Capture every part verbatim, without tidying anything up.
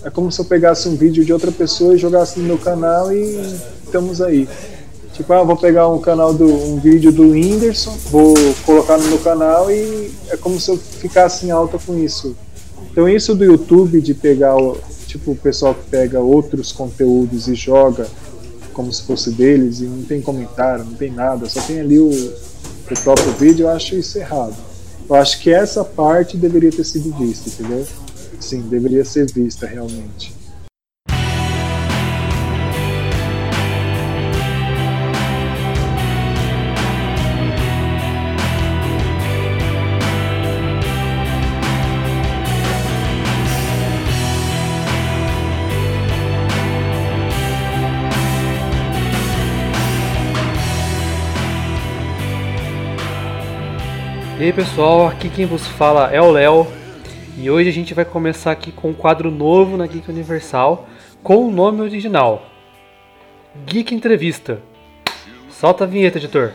É como se eu pegasse um vídeo de outra pessoa e jogasse no meu canal e estamos aí. Tipo, ah, vou pegar um canal do um vídeo do Whindersson, vou colocar no meu canal e é como se eu ficasse em alta com isso. Então isso do YouTube de pegar o, tipo, o pessoal que pega outros conteúdos e joga como se fosse deles e não tem comentário, não tem nada, só tem ali o, o próprio vídeo, eu acho isso errado. Eu acho que essa parte deveria ter sido vista, entendeu? Sim, deveria ser vista realmente. E aí pessoal, aqui quem vos fala é o Léo e hoje a gente vai começar aqui com um quadro novo na Geek Universal com o nome original, Geek Entrevista. Solta a vinheta, editor.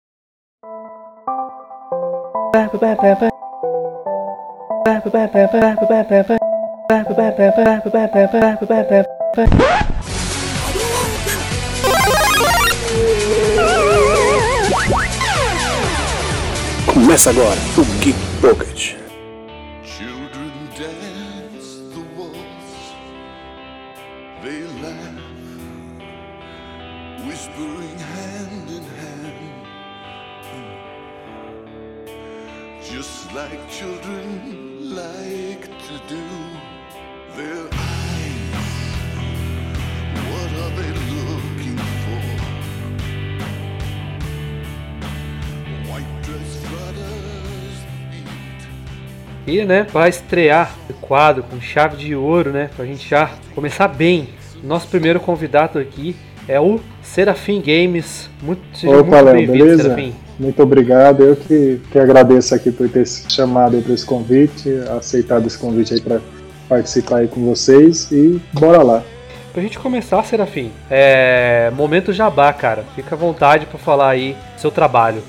Começa agora o Geek Pocket. Children dance the waltz, they laugh, whispering hand in hand, just like children like to do. Their eyes, what are they looking for? White dress flutters the beat. E, né, para estrear o quadro com chave de ouro, né, pra gente já começar bem, nosso primeiro convidado aqui é o Serafim Games. Muito, seja Opa, muito Léo, bem-vindo, beleza? Serafim. Muito obrigado, eu que, que agradeço aqui por ter chamado para esse convite, aceitado esse convite aí para participar aí com vocês e bora lá. Pra gente começar, Serafim, é momento jabá, cara. Fica à vontade para falar aí do seu trabalho.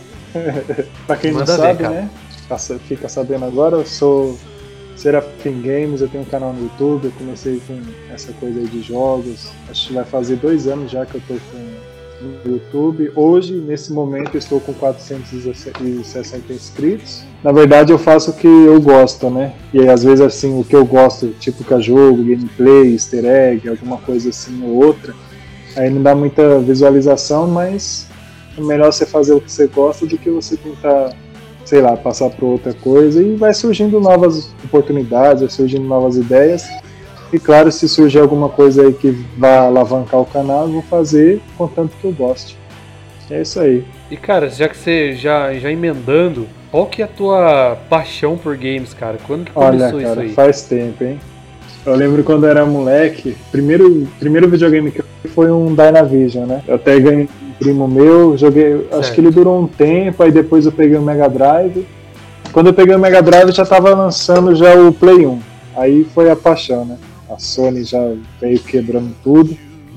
Pra quem Manda não ver, sabe, cara. né? Fica sabendo agora, eu sou Serafim Games, eu tenho um canal no YouTube, eu comecei com essa coisa aí de jogos, acho que vai fazer dois anos já que eu tô com no YouTube. Hoje, nesse momento, eu estou com quatrocentos e sessenta inscritos. Na verdade, eu faço o que eu gosto, né? E aí, às vezes, assim, o que eu gosto, tipo que é jogo, gameplay, easter egg, alguma coisa assim ou outra, aí não dá muita visualização, mas é melhor você fazer o que você gosta do que você tentar, sei lá, passar por outra coisa, e vai surgindo novas oportunidades, vai surgindo novas ideias. E claro, se surgir alguma coisa aí que vá alavancar o canal, eu vou fazer contanto que eu goste. É isso aí. E cara, já que você já, já emendando, qual que é a tua paixão por games, cara? Quando que Olha, começou cara, isso aí? faz tempo, hein? Eu lembro quando eu era moleque, primeiro, primeiro videogame que eu vi foi um Dynavision, né? Eu até ganhei um primo meu, joguei, Certo. Acho que ele durou um tempo, aí depois eu peguei o Mega Drive. Quando eu peguei o Mega Drive já tava lançando já o Play um. Aí foi a paixão, né? A Sony já veio quebrando tudo.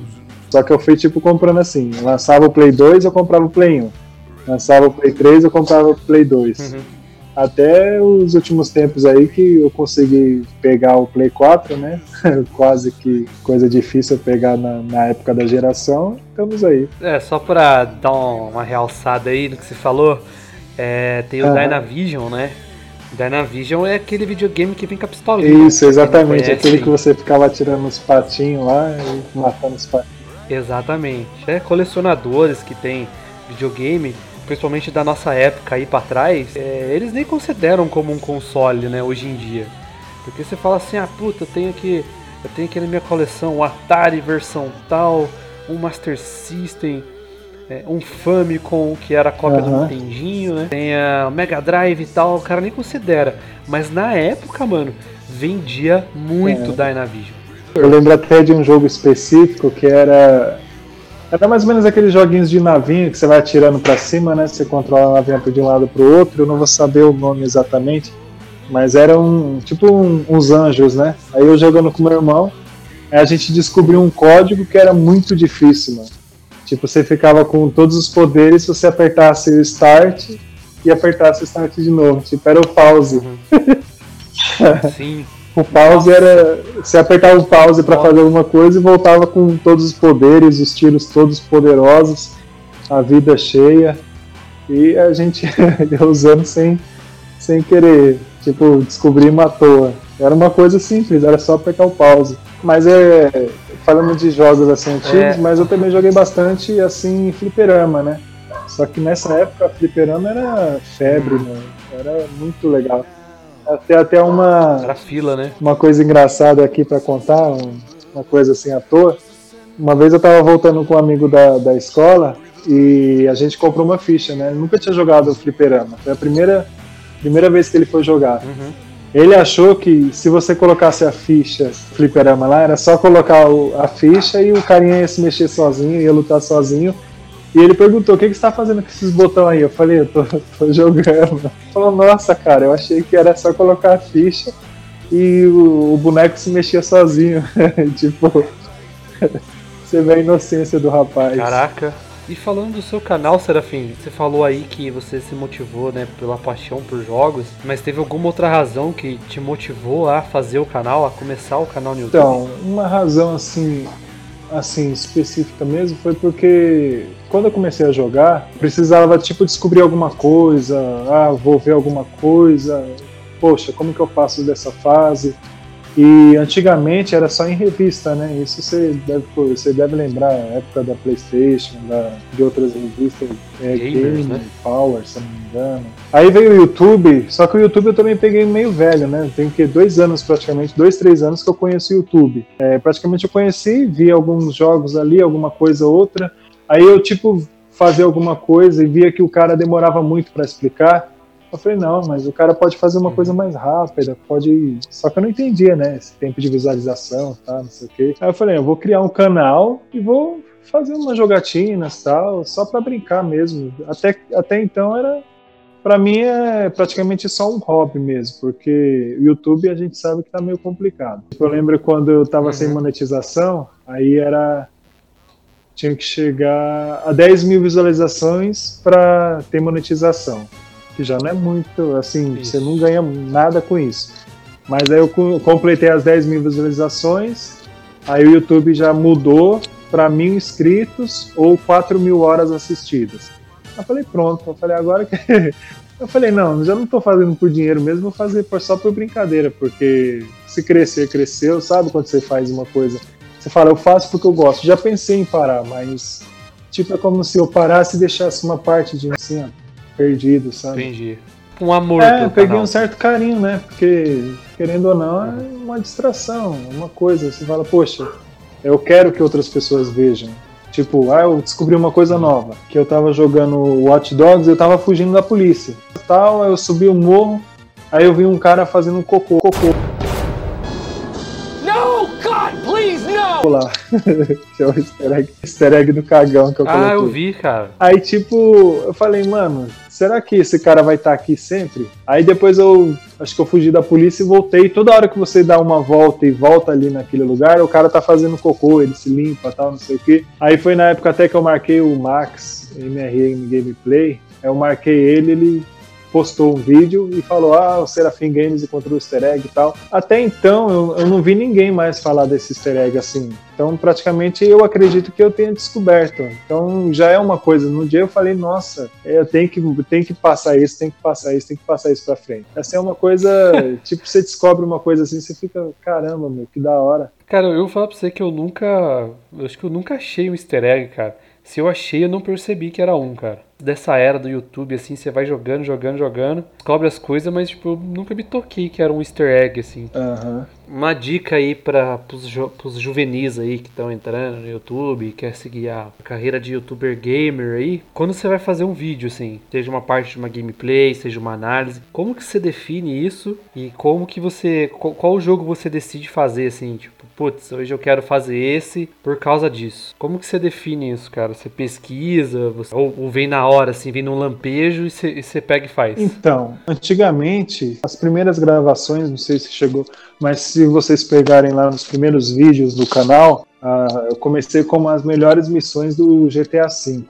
Só que eu fui tipo comprando assim, lançava o Play dois, eu comprava o Play um. Lançava o Play três, eu comprava o Play dois. Uhum. Até os últimos tempos aí que eu consegui pegar o Play quatro, né? Quase que coisa difícil pegar na, na época da geração. Estamos aí. É, só pra dar uma realçada aí no que você falou, é, tem o Aham. Dynavision, né? Dynavision é aquele videogame que vem com a pistolinha. Isso, exatamente. Conhece? Aquele que você ficava atirando os patinhos lá e matando os patinhos. Exatamente. É, colecionadores que tem videogame, principalmente da nossa época aí pra trás, é, eles nem consideram como um console, né, hoje em dia. Porque você fala assim, ah, puta, eu tenho aqui, eu tenho aqui na minha coleção o Atari versão tal, um Master System, é, um Famicom, que era a cópia do Aham. Nintendinho, né? Tem a Mega Drive e tal, o cara nem considera. Mas na época, mano, vendia muito É. Dynavision. Eu lembro até de um jogo específico que era. Era mais ou menos aqueles joguinhos de navinha que você vai atirando pra cima, né? Você controla a navinha de um lado pro outro. Eu não vou saber o nome exatamente, mas era um tipo um, uns anjos, né? Aí eu jogando com meu irmão, aí a gente descobriu um código que era muito difícil, mano. Tipo, você ficava com todos os poderes se você apertasse o start e apertasse o start de novo. Tipo, era o pause. Sim. O pause Nossa. era... Você apertava o pause pra fazer alguma coisa e voltava com todos os poderes, os tiros todos poderosos, a vida cheia. E a gente ia usando sem, sem querer. Tipo, descobrimos à toa. Era uma coisa simples, era só apertar o pause. Mas é... Falando de jogos assim antigos, É. mas eu também joguei bastante assim em fliperama, né? Só que nessa época fliperama era febre, né? Era muito legal. Até até uma, Era fila, né? uma coisa engraçada aqui pra contar, um- uma coisa assim à toa. Uma vez eu tava voltando com um amigo da, da escola e a gente comprou uma ficha, né? Ele nunca tinha jogado fliperama. Foi a primeira, primeira vez que ele foi jogar. Uhum. Ele achou que se você colocasse a ficha fliperama lá, era só colocar o- a ficha e o carinha ia se mexer sozinho, ia lutar sozinho. E ele perguntou, o que, que você tá fazendo com esses botões aí? Eu falei, eu tô, tô jogando. Ele falou, nossa, cara, eu achei que era só colocar a ficha e o, o boneco se mexia sozinho. Tipo, você vê a inocência do rapaz. Caraca. E falando do seu canal, Serafim, você falou aí que você se motivou, né, pela paixão por jogos, mas teve alguma outra razão que te motivou a fazer o canal, a começar o canal no YouTube? Então, uma razão assim, assim específica mesmo foi porque quando eu comecei a jogar, precisava tipo descobrir alguma coisa, ah, vou ver alguma coisa, poxa, como que eu passo dessa fase? E antigamente era só em revista, né? Isso você deve, você deve lembrar, a época da PlayStation, da, de outras revistas, é, Gamers, Game, né? Power, se eu não me engano. Aí veio o YouTube, só que o YouTube eu também peguei meio velho, né? Tem que dois anos praticamente, dois, três anos que eu conheci o YouTube. É, praticamente eu conheci, vi alguns jogos ali, alguma coisa ou outra. Aí eu tipo fazia alguma coisa e via que o cara demorava muito para explicar. Eu falei, não, mas o cara pode fazer uma coisa mais rápida, pode... Só que eu não entendia, né, esse tempo de visualização, tá, não sei o quê. Aí eu falei, eu vou criar um canal e vou fazer umas jogatinas, tal, só pra brincar mesmo. Até, até então era... Pra mim é praticamente só um hobby mesmo, porque o YouTube a gente sabe que tá meio complicado. Eu lembro quando eu tava Uhum. sem monetização, aí era... Tinha que chegar a dez mil visualizações pra ter monetização. Que já não é muito, assim, Isso. você não ganha nada com isso. Mas aí eu co- completei as dez mil visualizações, aí o YouTube já mudou para mil inscritos ou quatro mil horas assistidas. Eu falei, pronto, eu falei, agora que... Eu falei, não, já não tô fazendo por dinheiro mesmo, vou fazer por- só por brincadeira, porque se crescer, cresceu, sabe quando você faz uma coisa, você fala, eu faço porque eu gosto. Já pensei em parar, mas tipo, é como se eu parasse e deixasse uma parte de mim assim, ó, perdido, sabe? Entendi. Um amor É, pelo eu peguei canal. um certo carinho, né? Porque, querendo ou não, é uma distração, uma coisa. Você fala, poxa, eu quero que outras pessoas vejam. Tipo, ah, eu descobri uma coisa nova. Que eu tava jogando Watch Dogs e eu tava fugindo da polícia. Tal, aí eu subi o morro, aí eu vi um cara fazendo um cocô. Cocô No, God, please, no! lá. Que é o easter egg, easter egg do cagão que eu coloquei. Ah, eu vi, cara. Aí, tipo, eu falei, mano, será que esse cara vai estar aqui sempre? Aí depois eu, acho que eu fugi da polícia e voltei. Toda hora que você dá uma volta e volta ali naquele lugar, o cara tá fazendo cocô, ele se limpa, tal, não sei o quê. Aí foi na época até que eu marquei o Max, M R M Gameplay. Aí eu marquei ele, ele postou um vídeo e falou, ah, o Serafim Games encontrou o easter egg e tal. Até então, eu, eu não vi ninguém mais falar desse easter egg assim. Então, praticamente, eu acredito que eu tenha descoberto. Então, já é uma coisa. No dia eu falei, nossa, eu tenho que, tenho que passar isso, tenho que passar isso, tenho que passar isso pra frente. Essa é uma coisa, tipo, você descobre uma coisa assim, você fica, caramba, meu, que da hora. Cara, eu vou falar pra você que eu nunca... Eu acho que eu nunca achei um easter egg, cara. Se eu achei, eu não percebi que era um, cara. Dessa era do YouTube, assim, você vai jogando, jogando, jogando, descobre as coisas, mas, tipo, eu nunca me toquei que era um easter egg, assim. Aham. Uma dica aí para pros, ju pros juvenis aí que estão entrando no YouTube, quer seguir a carreira de youtuber gamer aí, quando você vai fazer um vídeo, assim, seja uma parte de uma gameplay, seja uma análise, como que você define isso e como que você, qual, qual jogo você decide fazer, assim, tipo, putz, hoje eu quero fazer esse por causa disso. Como que você define isso, cara? Você pesquisa, você, ou, ou vem na hora, assim, vem num lampejo e você, e você pega e faz? Então, antigamente, as primeiras gravações, não sei se chegou, mas se vocês pegarem lá nos primeiros vídeos do canal, uh, eu comecei com as melhores missões do G T A cinco, né?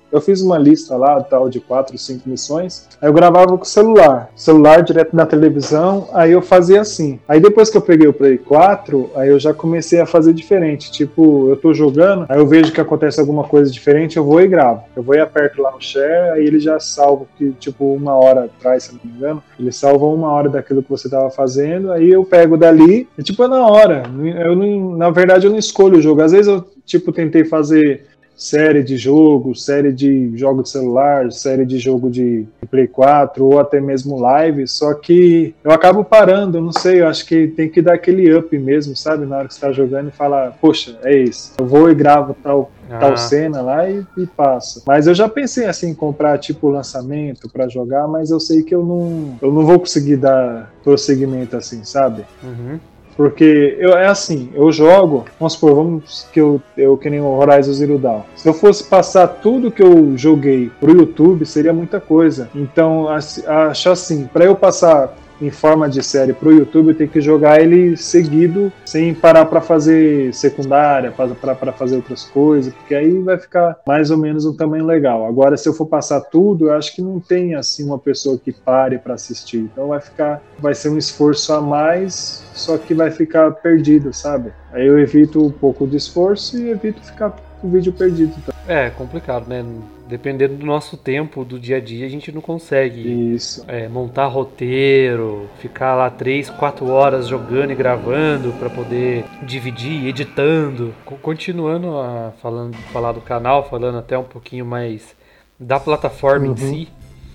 Eu fiz uma lista lá, tal, de quatro, cinco missões, aí eu gravava com o celular, celular direto na televisão, aí eu fazia assim. Aí depois que eu peguei o Play quatro, aí eu já comecei a fazer diferente, tipo, eu tô jogando, aí eu vejo que acontece alguma coisa diferente, eu vou e gravo. Eu vou e aperto lá no share, aí ele já salva, que tipo, uma hora atrás, se não me engano, ele salva uma hora daquilo que você tava fazendo, aí eu pego dali, e tipo, é na hora. Eu não, na verdade, eu não escolho o jogo. Às vezes eu, tipo, tentei fazer série de jogo, série de jogo de celular, série de jogo de Play quatro ou até mesmo live, só que eu acabo parando, eu não sei, eu acho que tem que dar aquele up mesmo, sabe, na hora que você tá jogando e falar, poxa, é isso, eu vou e gravo tal, ah. tal cena lá e, e passo. Mas eu já pensei assim, em comprar tipo lançamento pra jogar, mas eu sei que eu não, eu não vou conseguir dar prosseguimento assim, sabe? Uhum. Porque eu, é assim, eu jogo, vamos supor, vamos que eu, eu que nem o Horizon Zero Dawn. Se eu fosse passar tudo que eu joguei pro YouTube, seria muita coisa. Então, acho assim, para eu passar em forma de série pro YouTube, eu tenho que jogar ele seguido, sem parar para fazer secundária, para fazer outras coisas, porque aí vai ficar mais ou menos um tamanho legal. Agora, se eu for passar tudo, eu acho que não tem assim uma pessoa que pare para assistir. Então vai ficar, vai ser um esforço a mais, só que vai ficar perdido, sabe? Aí eu evito um pouco de esforço e evito ficar com o vídeo perdido. Então. É complicado, né? Dependendo do nosso tempo, do dia a dia, a gente não consegue Isso. É, montar roteiro, ficar lá três, quatro horas jogando e gravando para poder dividir, editando. Continuando a falando, falar do canal, falando até um pouquinho mais da plataforma uhum. em si,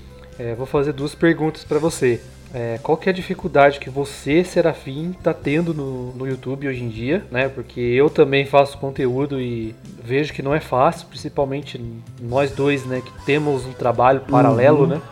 é, vou fazer duas perguntas para você. É, qual que é a dificuldade que você, Serafim, tá tendo no, no YouTube hoje em dia, né? Porque eu também faço conteúdo e vejo que não é fácil, principalmente nós dois, né? Que temos um trabalho paralelo, uhum. né?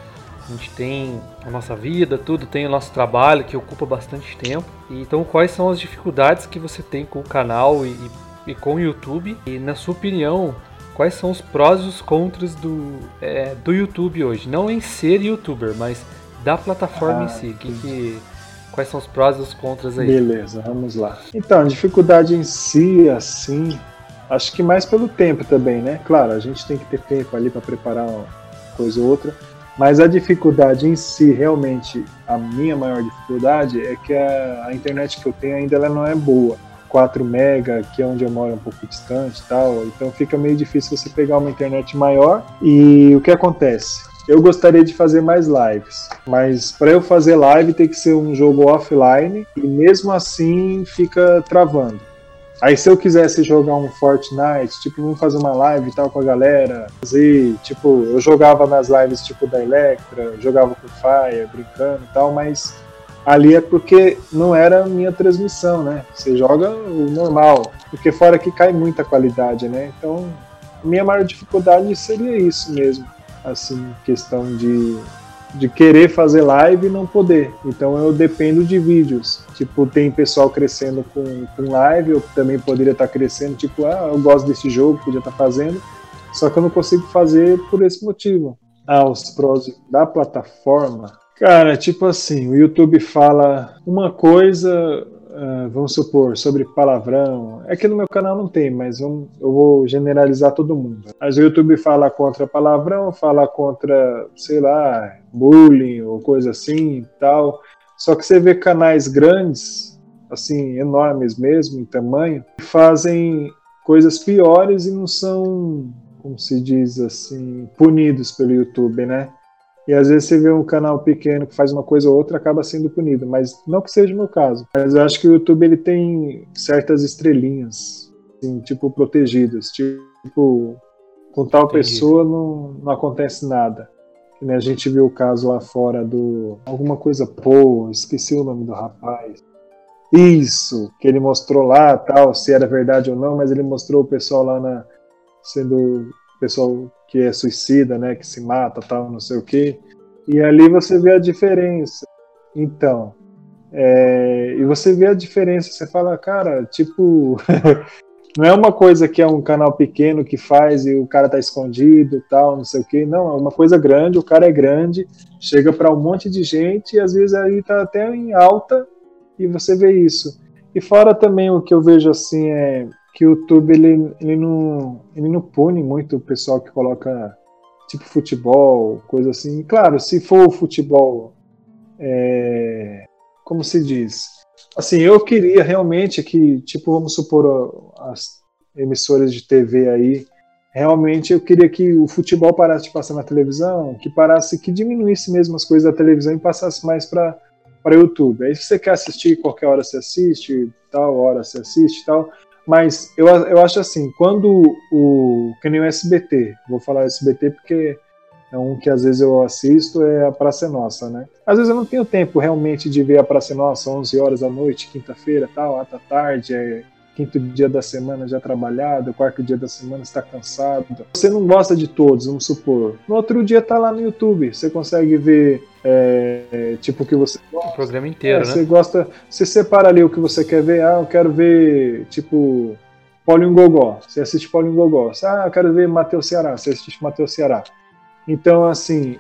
A gente tem a nossa vida, tudo, tem o nosso trabalho que ocupa bastante tempo. E, então, quais são as dificuldades que você tem com o canal e, e com o YouTube? E, na sua opinião, quais são os prós e os contras do, é, do YouTube hoje? Não em ser YouTuber, mas da plataforma ah, em si, que, que, quais são os prós e os contras aí? Beleza, vamos lá. Então, a dificuldade em si, assim, acho que mais pelo tempo também, né? Claro, a gente tem que ter tempo ali para preparar uma coisa ou outra, mas a dificuldade em si, realmente, a minha maior dificuldade é que a, a internet que eu tenho ainda ela não é boa. quatro mega, que é onde eu moro, é um pouco distante e tal, então fica meio difícil você pegar uma internet maior. E o que acontece? Eu gostaria de fazer mais lives, mas para eu fazer live tem que ser um jogo offline e mesmo assim fica travando. Aí se eu quisesse jogar um Fortnite, tipo, vamos fazer uma live e tal com a galera, fazer, tipo, eu jogava nas lives tipo da Electra, jogava com Fire, brincando e tal, mas ali é porque não era a minha transmissão, né? Você joga o normal, porque fora que cai muita qualidade, né? Então, minha maior dificuldade seria isso mesmo. Assim, questão de, de querer fazer live e não poder. Então eu dependo de vídeos. Tipo, tem pessoal crescendo com, com live, eu também poderia estar crescendo, tipo, ah, eu gosto desse jogo, podia estar fazendo, só que eu não consigo fazer por esse motivo. Ah, os prós da plataforma. Cara, tipo assim, o YouTube fala uma coisa, uh, vamos supor, sobre palavrão. É que no meu canal não tem, mas vamos, eu vou generalizar todo mundo. Mas o YouTube fala contra palavrão, fala contra, sei lá, bullying ou coisa assim e tal. Só que você vê canais grandes, assim, enormes mesmo, em tamanho, que fazem coisas piores e não são, como se diz assim, punidos pelo YouTube, né? E às vezes você vê um canal pequeno que faz uma coisa ou outra, acaba sendo punido, mas não que seja o meu caso. Mas eu acho que o YouTube ele tem certas estrelinhas, assim, tipo, protegidas. Tipo, com tal Entendi. pessoa não, não acontece nada. Que nem a gente viu o caso lá fora do... Alguma coisa, pô, esqueci o nome do rapaz. Isso, que ele mostrou lá, tal, se era verdade ou não, mas ele mostrou o pessoal lá na... sendo... pessoal que é suicida, né, que se mata, tal, não sei o quê. E ali você vê a diferença. Então, é, e você vê a diferença, você fala, cara, tipo, não é uma coisa que é um canal pequeno que faz e o cara tá escondido, tal, não sei o quê. Não, é uma coisa grande, o cara é grande, chega para um monte de gente e às vezes aí tá até em alta e você vê isso. E fora também o que eu vejo assim é que o YouTube ele, ele, não, ele não pune muito o pessoal que coloca tipo futebol, coisa assim. Claro, se for o futebol, é, como se diz? Assim, eu queria realmente que, tipo, vamos supor, as emissoras de T V aí, realmente eu queria que o futebol parasse de passar na televisão, que parasse, que diminuísse mesmo as coisas da televisão e passasse mais para para o YouTube. Aí se você quer assistir, qualquer hora você assiste, tal hora você assiste e tal. Mas eu, eu acho assim, quando o. Que nem o S B T, vou falar S B T porque é um que às vezes eu assisto, é a Praça é Nossa, né? Às vezes eu não tenho tempo realmente de ver a Praça é Nossa, onze horas da noite, quinta-feira, tal, alta tarde, é quinto dia da semana já trabalhado, quarto dia da semana está cansado. Você não gosta de todos, vamos supor. No outro dia tá lá no YouTube, você consegue ver é, tipo o que você gosta. O programa inteiro, é, né? Você gosta, você separa ali o que você quer ver. Ah, eu quero ver, tipo, Paulinho Gogó. Você assiste Paulinho Gogó. Ah, eu quero ver Matheus Ceará. Você assiste Matheus Ceará. Então, assim,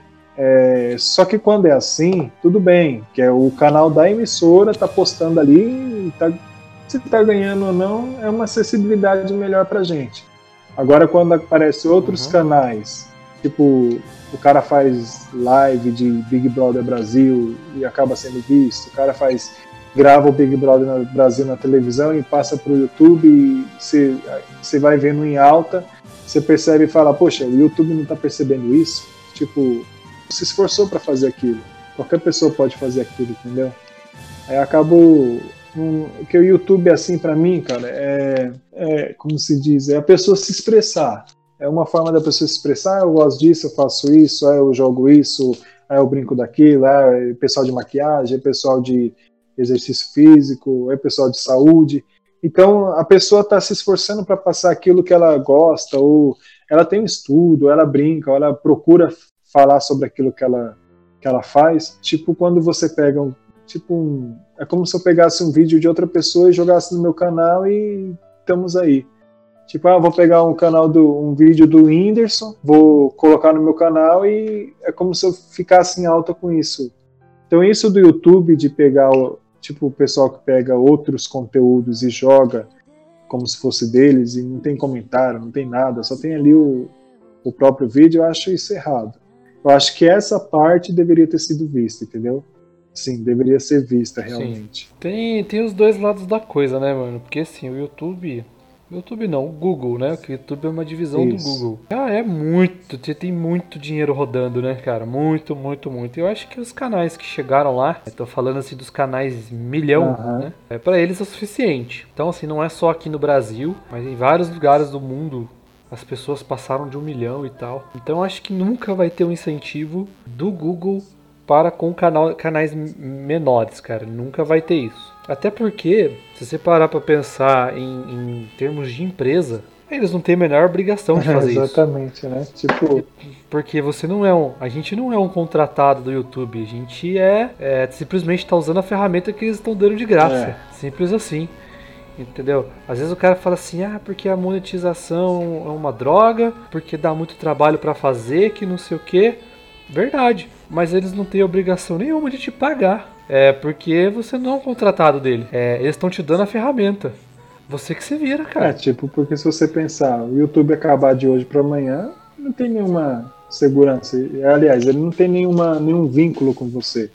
é, só que quando é assim, tudo bem, que é o canal da emissora tá postando ali, tá, se tá ganhando ou não, é uma acessibilidade melhor pra gente. Agora, quando aparecem outros uhum. canais, tipo, o cara faz live de Big Brother Brasil e acaba sendo visto, o cara faz, grava o Big Brother no Brasil na televisão e passa pro YouTube e você, você vai vendo em alta, você percebe e fala, poxa, o YouTube não tá percebendo isso? Tipo, se esforçou para fazer aquilo. Qualquer pessoa pode fazer aquilo, entendeu? Aí acabo... Um, que o YouTube, assim, para mim, cara, é, é, como se diz, é a pessoa se expressar. É uma forma da pessoa se expressar, ah, eu gosto disso, eu faço isso, ah, eu jogo isso, ah, eu brinco daquilo, ah, é pessoal de maquiagem, é pessoal de exercício físico, é pessoal de saúde. Então, a pessoa está se esforçando para passar aquilo que ela gosta, ou ela tem um estudo, ou ela brinca, ou ela procura falar sobre aquilo que ela, que ela faz. Tipo, quando você pega um Tipo, um, é como se eu pegasse um vídeo de outra pessoa e jogasse no meu canal e estamos aí. Tipo, ah, vou pegar um canal do um vídeo do Whindersson, vou colocar no meu canal e é como se eu ficasse em alta com isso. Então isso do YouTube de pegar o, tipo, o pessoal que pega outros conteúdos e joga como se fosse deles e não tem comentário, não tem nada, só tem ali o, o próprio vídeo, eu acho isso errado. Eu acho que essa parte deveria ter sido vista, entendeu? Sim, deveria ser vista realmente. Sim. Tem, tem os dois lados da coisa, né, mano? Porque assim, o YouTube... YouTube não, o Google, né? Porque o YouTube é uma divisão Isso. do Google. Ah, é muito, tem muito dinheiro rodando, né, cara? Muito, muito, muito. Eu acho que os canais que chegaram lá, eu tô falando assim dos canais milhão, uhum. né? É, pra eles é o suficiente. Então, assim, não é só aqui no Brasil, mas em vários lugares do mundo as pessoas passaram de um milhão e tal. Então, eu acho que nunca vai ter um incentivo do Google para com canal, canais menores, cara. Nunca vai ter isso. Até porque, se você parar para pensar em, em termos de empresa, eles não têm a menor obrigação de fazer Exatamente, isso. Exatamente, né? Tipo... Porque você não é um... A gente não é um contratado do YouTube. A gente é, é simplesmente está usando a ferramenta que eles estão dando de graça. É. Simples assim. Entendeu? Às vezes o cara fala assim, ah, porque a monetização é uma droga, porque dá muito trabalho para fazer, que não sei o quê. Verdade. Mas eles não têm obrigação nenhuma de te pagar. É porque você não é um contratado dele. É, eles estão te dando a ferramenta. Você que se vira, cara. É, tipo, porque se você pensar, o YouTube acabar de hoje para amanhã, não tem nenhuma segurança. Aliás, ele não tem nenhuma, nenhum vínculo com você.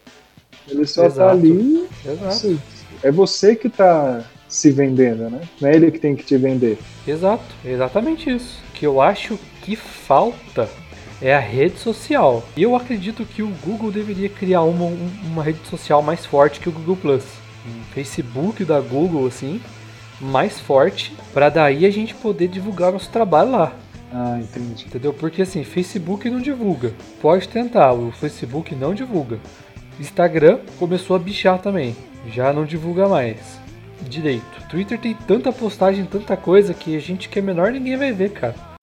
Ele só Exato. tá ali. Exato. É você que tá se vendendo, né? Não é ele que tem que te vender. Exato, é exatamente isso. Que eu acho que falta é a rede social. E eu acredito que o Google deveria criar uma, uma rede social mais forte que o Google Plus. Um Facebook da Google, assim, mais forte, para daí a gente poder divulgar nosso trabalho lá. Ah, entendi. Entendeu? Porque assim, Facebook não divulga. Pode tentar, o Facebook não divulga. Instagram começou a bichar também. Já não divulga mais direito. Twitter tem tanta postagem, tanta coisa que a gente que é menor ninguém vai ver, cara.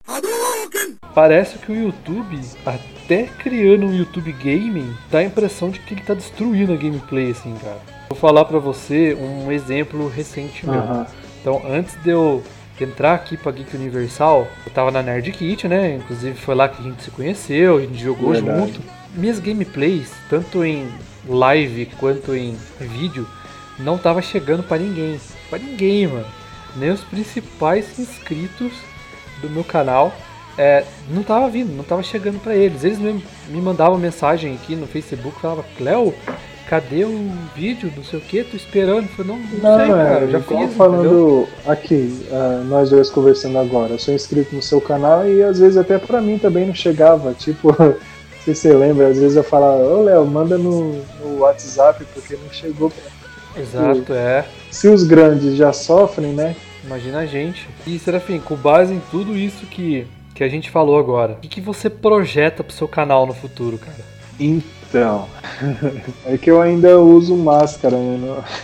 Parece que o YouTube, até criando um YouTube Gaming, dá a impressão de que ele tá destruindo a gameplay, assim, cara. Vou falar pra você um exemplo recente meu. Uhum. Então, antes de eu entrar aqui pra Geek Universal, eu tava na Nerd Kit, né? Inclusive foi lá que a gente se conheceu, a gente jogou Verdade. junto. Minhas gameplays, tanto em live quanto em vídeo, não tava chegando pra ninguém. Pra ninguém, mano. nem os principais inscritos do meu canal é, não tava vindo, não tava chegando pra eles. Eles mesmo me mandavam mensagem aqui no Facebook, falavam, Léo, cadê o vídeo, não sei o que, tô esperando. Eu falei, não, não, Não, sei, cara, é, eu já igual fiz, falando entendeu? aqui, uh, nós dois conversando agora, eu sou inscrito no seu canal e às vezes até pra mim também não chegava, tipo, não sei se você lembra, às vezes eu falava, ô Léo, manda no, no WhatsApp porque não chegou pra... Exato, é. Se os grandes já sofrem, né? Imagina a gente. E Serafim, com base em tudo isso que, que a gente falou agora, o que, que você projeta pro seu canal no futuro, cara? Então, é que eu ainda uso máscara, né?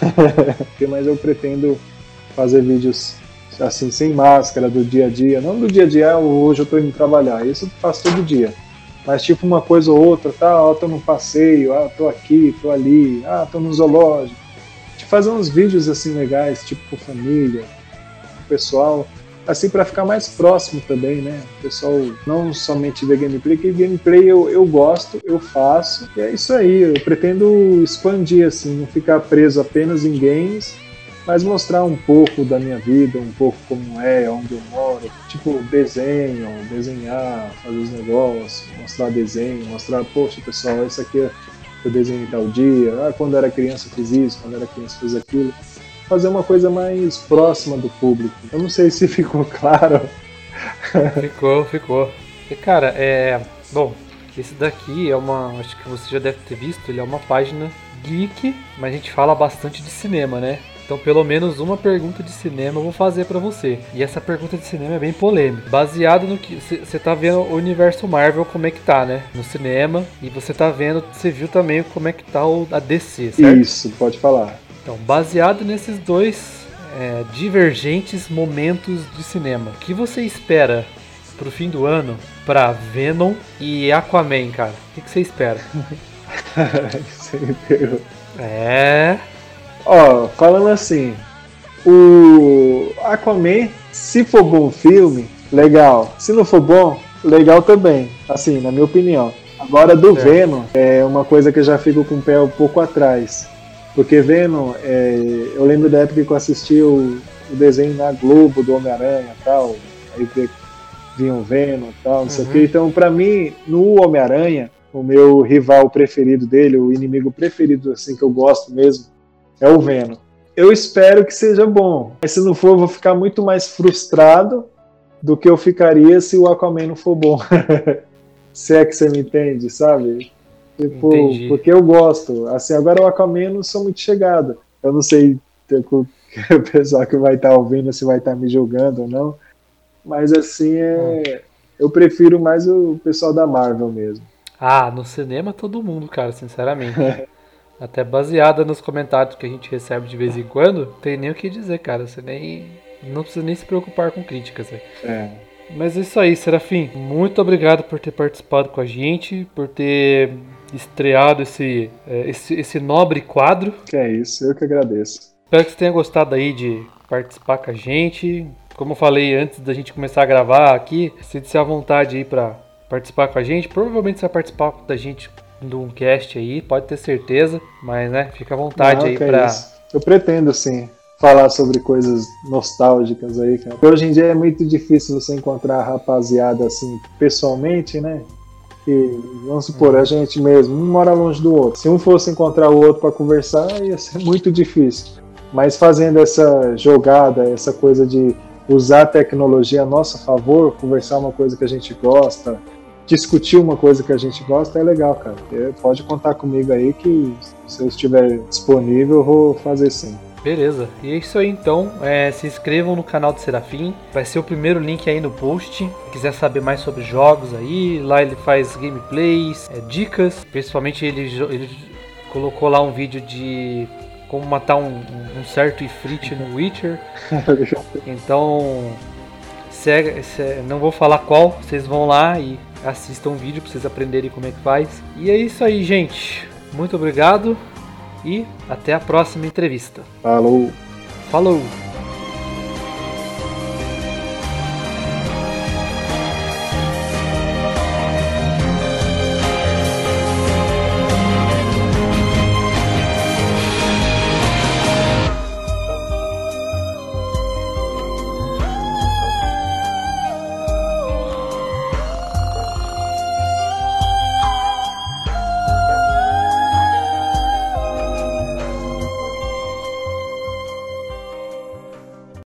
Não- Mas eu pretendo fazer vídeos assim, sem máscara, do dia a dia. Não do dia a dia, ah, hoje eu tô indo trabalhar, isso eu faço todo dia. Mas tipo uma coisa ou outra, tá? Ó, tô num passeio, ah, tô aqui, tô ali, ah, tô no zoológico. De fazer uns vídeos assim legais, tipo com família, com o pessoal, assim para ficar mais próximo também, né? O pessoal não somente ver gameplay, que gameplay eu, eu gosto, eu faço, e é isso aí. Eu pretendo expandir assim, não ficar preso apenas em games, mas mostrar um pouco da minha vida, um pouco como é, onde eu moro, tipo desenho, desenhar, fazer os negócios, mostrar desenho, mostrar, poxa pessoal, isso aqui eu desenhei tal dia, ah, quando era criança eu fiz isso, quando era criança eu fiz aquilo. Fazer uma coisa mais próxima do público. Eu não sei se ficou claro. Ficou, ficou. E cara, é. Bom, esse daqui é uma. Acho que você já deve ter visto, ele é uma página geek, mas a gente fala bastante de cinema, né? Então pelo menos uma pergunta de cinema eu vou fazer pra você. E essa pergunta de cinema é bem polêmica. Baseado no que. Você tá vendo o universo Marvel como é que tá, né? No cinema. E você tá vendo, você viu também como é que tá o, a D C, certo? Isso, pode falar. Então, baseado nesses dois é, divergentes momentos de cinema, o que você espera pro fim do ano pra Venom e Aquaman, cara? O que, que você espera? Você me pegou. É. Ó, falando assim, o Aquaman, se for bom filme, legal. Se não for bom, legal também. Assim, na minha opinião. Agora, do Certo. Venom, é uma coisa que eu já fico com o pé um pouco atrás. Porque Venom, é, eu lembro da época que eu assisti o, o desenho na Globo do Homem-Aranha e tal, aí vi- vinha o Venom e tal, não sei o Uhum. quê. Então, pra mim, no Homem-Aranha, o meu rival preferido dele, o inimigo preferido, assim, que eu gosto mesmo, é o Venom. Eu espero que seja bom, mas se não for, eu vou ficar muito mais frustrado do que eu ficaria se o Aquaman não for bom. Se é que você me entende, sabe? Tipo, Entendi. porque eu gosto. Assim, agora o Aquaman eu não sou muito chegado. Eu não sei tipo, o pessoal que vai estar ouvindo se vai estar me julgando ou não. Mas assim, é... eu prefiro mais o pessoal da Marvel mesmo. Ah, no cinema todo mundo, cara, sinceramente. Até baseada nos comentários que a gente recebe de vez em quando, não tem nem o que dizer, cara. Você nem. Não precisa nem se preocupar com críticas, velho. É. Mas é isso aí, Serafim. Muito obrigado por ter participado com a gente, por ter estreado esse, é, esse, esse nobre quadro. Que é isso, eu que agradeço. Espero que você tenha gostado aí de participar com a gente. Como eu falei antes da gente começar a gravar aqui, sinta-se à vontade aí pra participar com a gente. Provavelmente você vai participar da gente de um cast aí, pode ter certeza. Mas, né, fica à vontade Não, aí que é pra... isso. Eu pretendo, sim, falar sobre coisas nostálgicas aí, cara. Porque hoje em dia é muito difícil você encontrar rapaziada assim, pessoalmente, né? E, vamos supor, a gente mesmo, um mora longe do outro. Se um fosse encontrar o outro para conversar, ia ser muito difícil. Mas fazendo essa jogada, essa coisa de usar a tecnologia a nosso favor, conversar uma coisa que a gente gosta, discutir uma coisa que a gente gosta, é legal, cara. Pode contar comigo aí que se eu estiver disponível, eu vou fazer sim. Beleza, e é isso aí então, é, se inscrevam no canal do Serafim, vai ser o primeiro link aí no post, se quiser saber mais sobre jogos aí, lá ele faz gameplays, é, dicas, principalmente ele, ele colocou lá um vídeo de como matar um, um certo Ifrit no Witcher, então segue, segue, não vou falar qual, vocês vão lá e assistam o vídeo pra vocês aprenderem como é que faz, e é isso aí gente, muito obrigado. E até a próxima entrevista. Falou! Falou!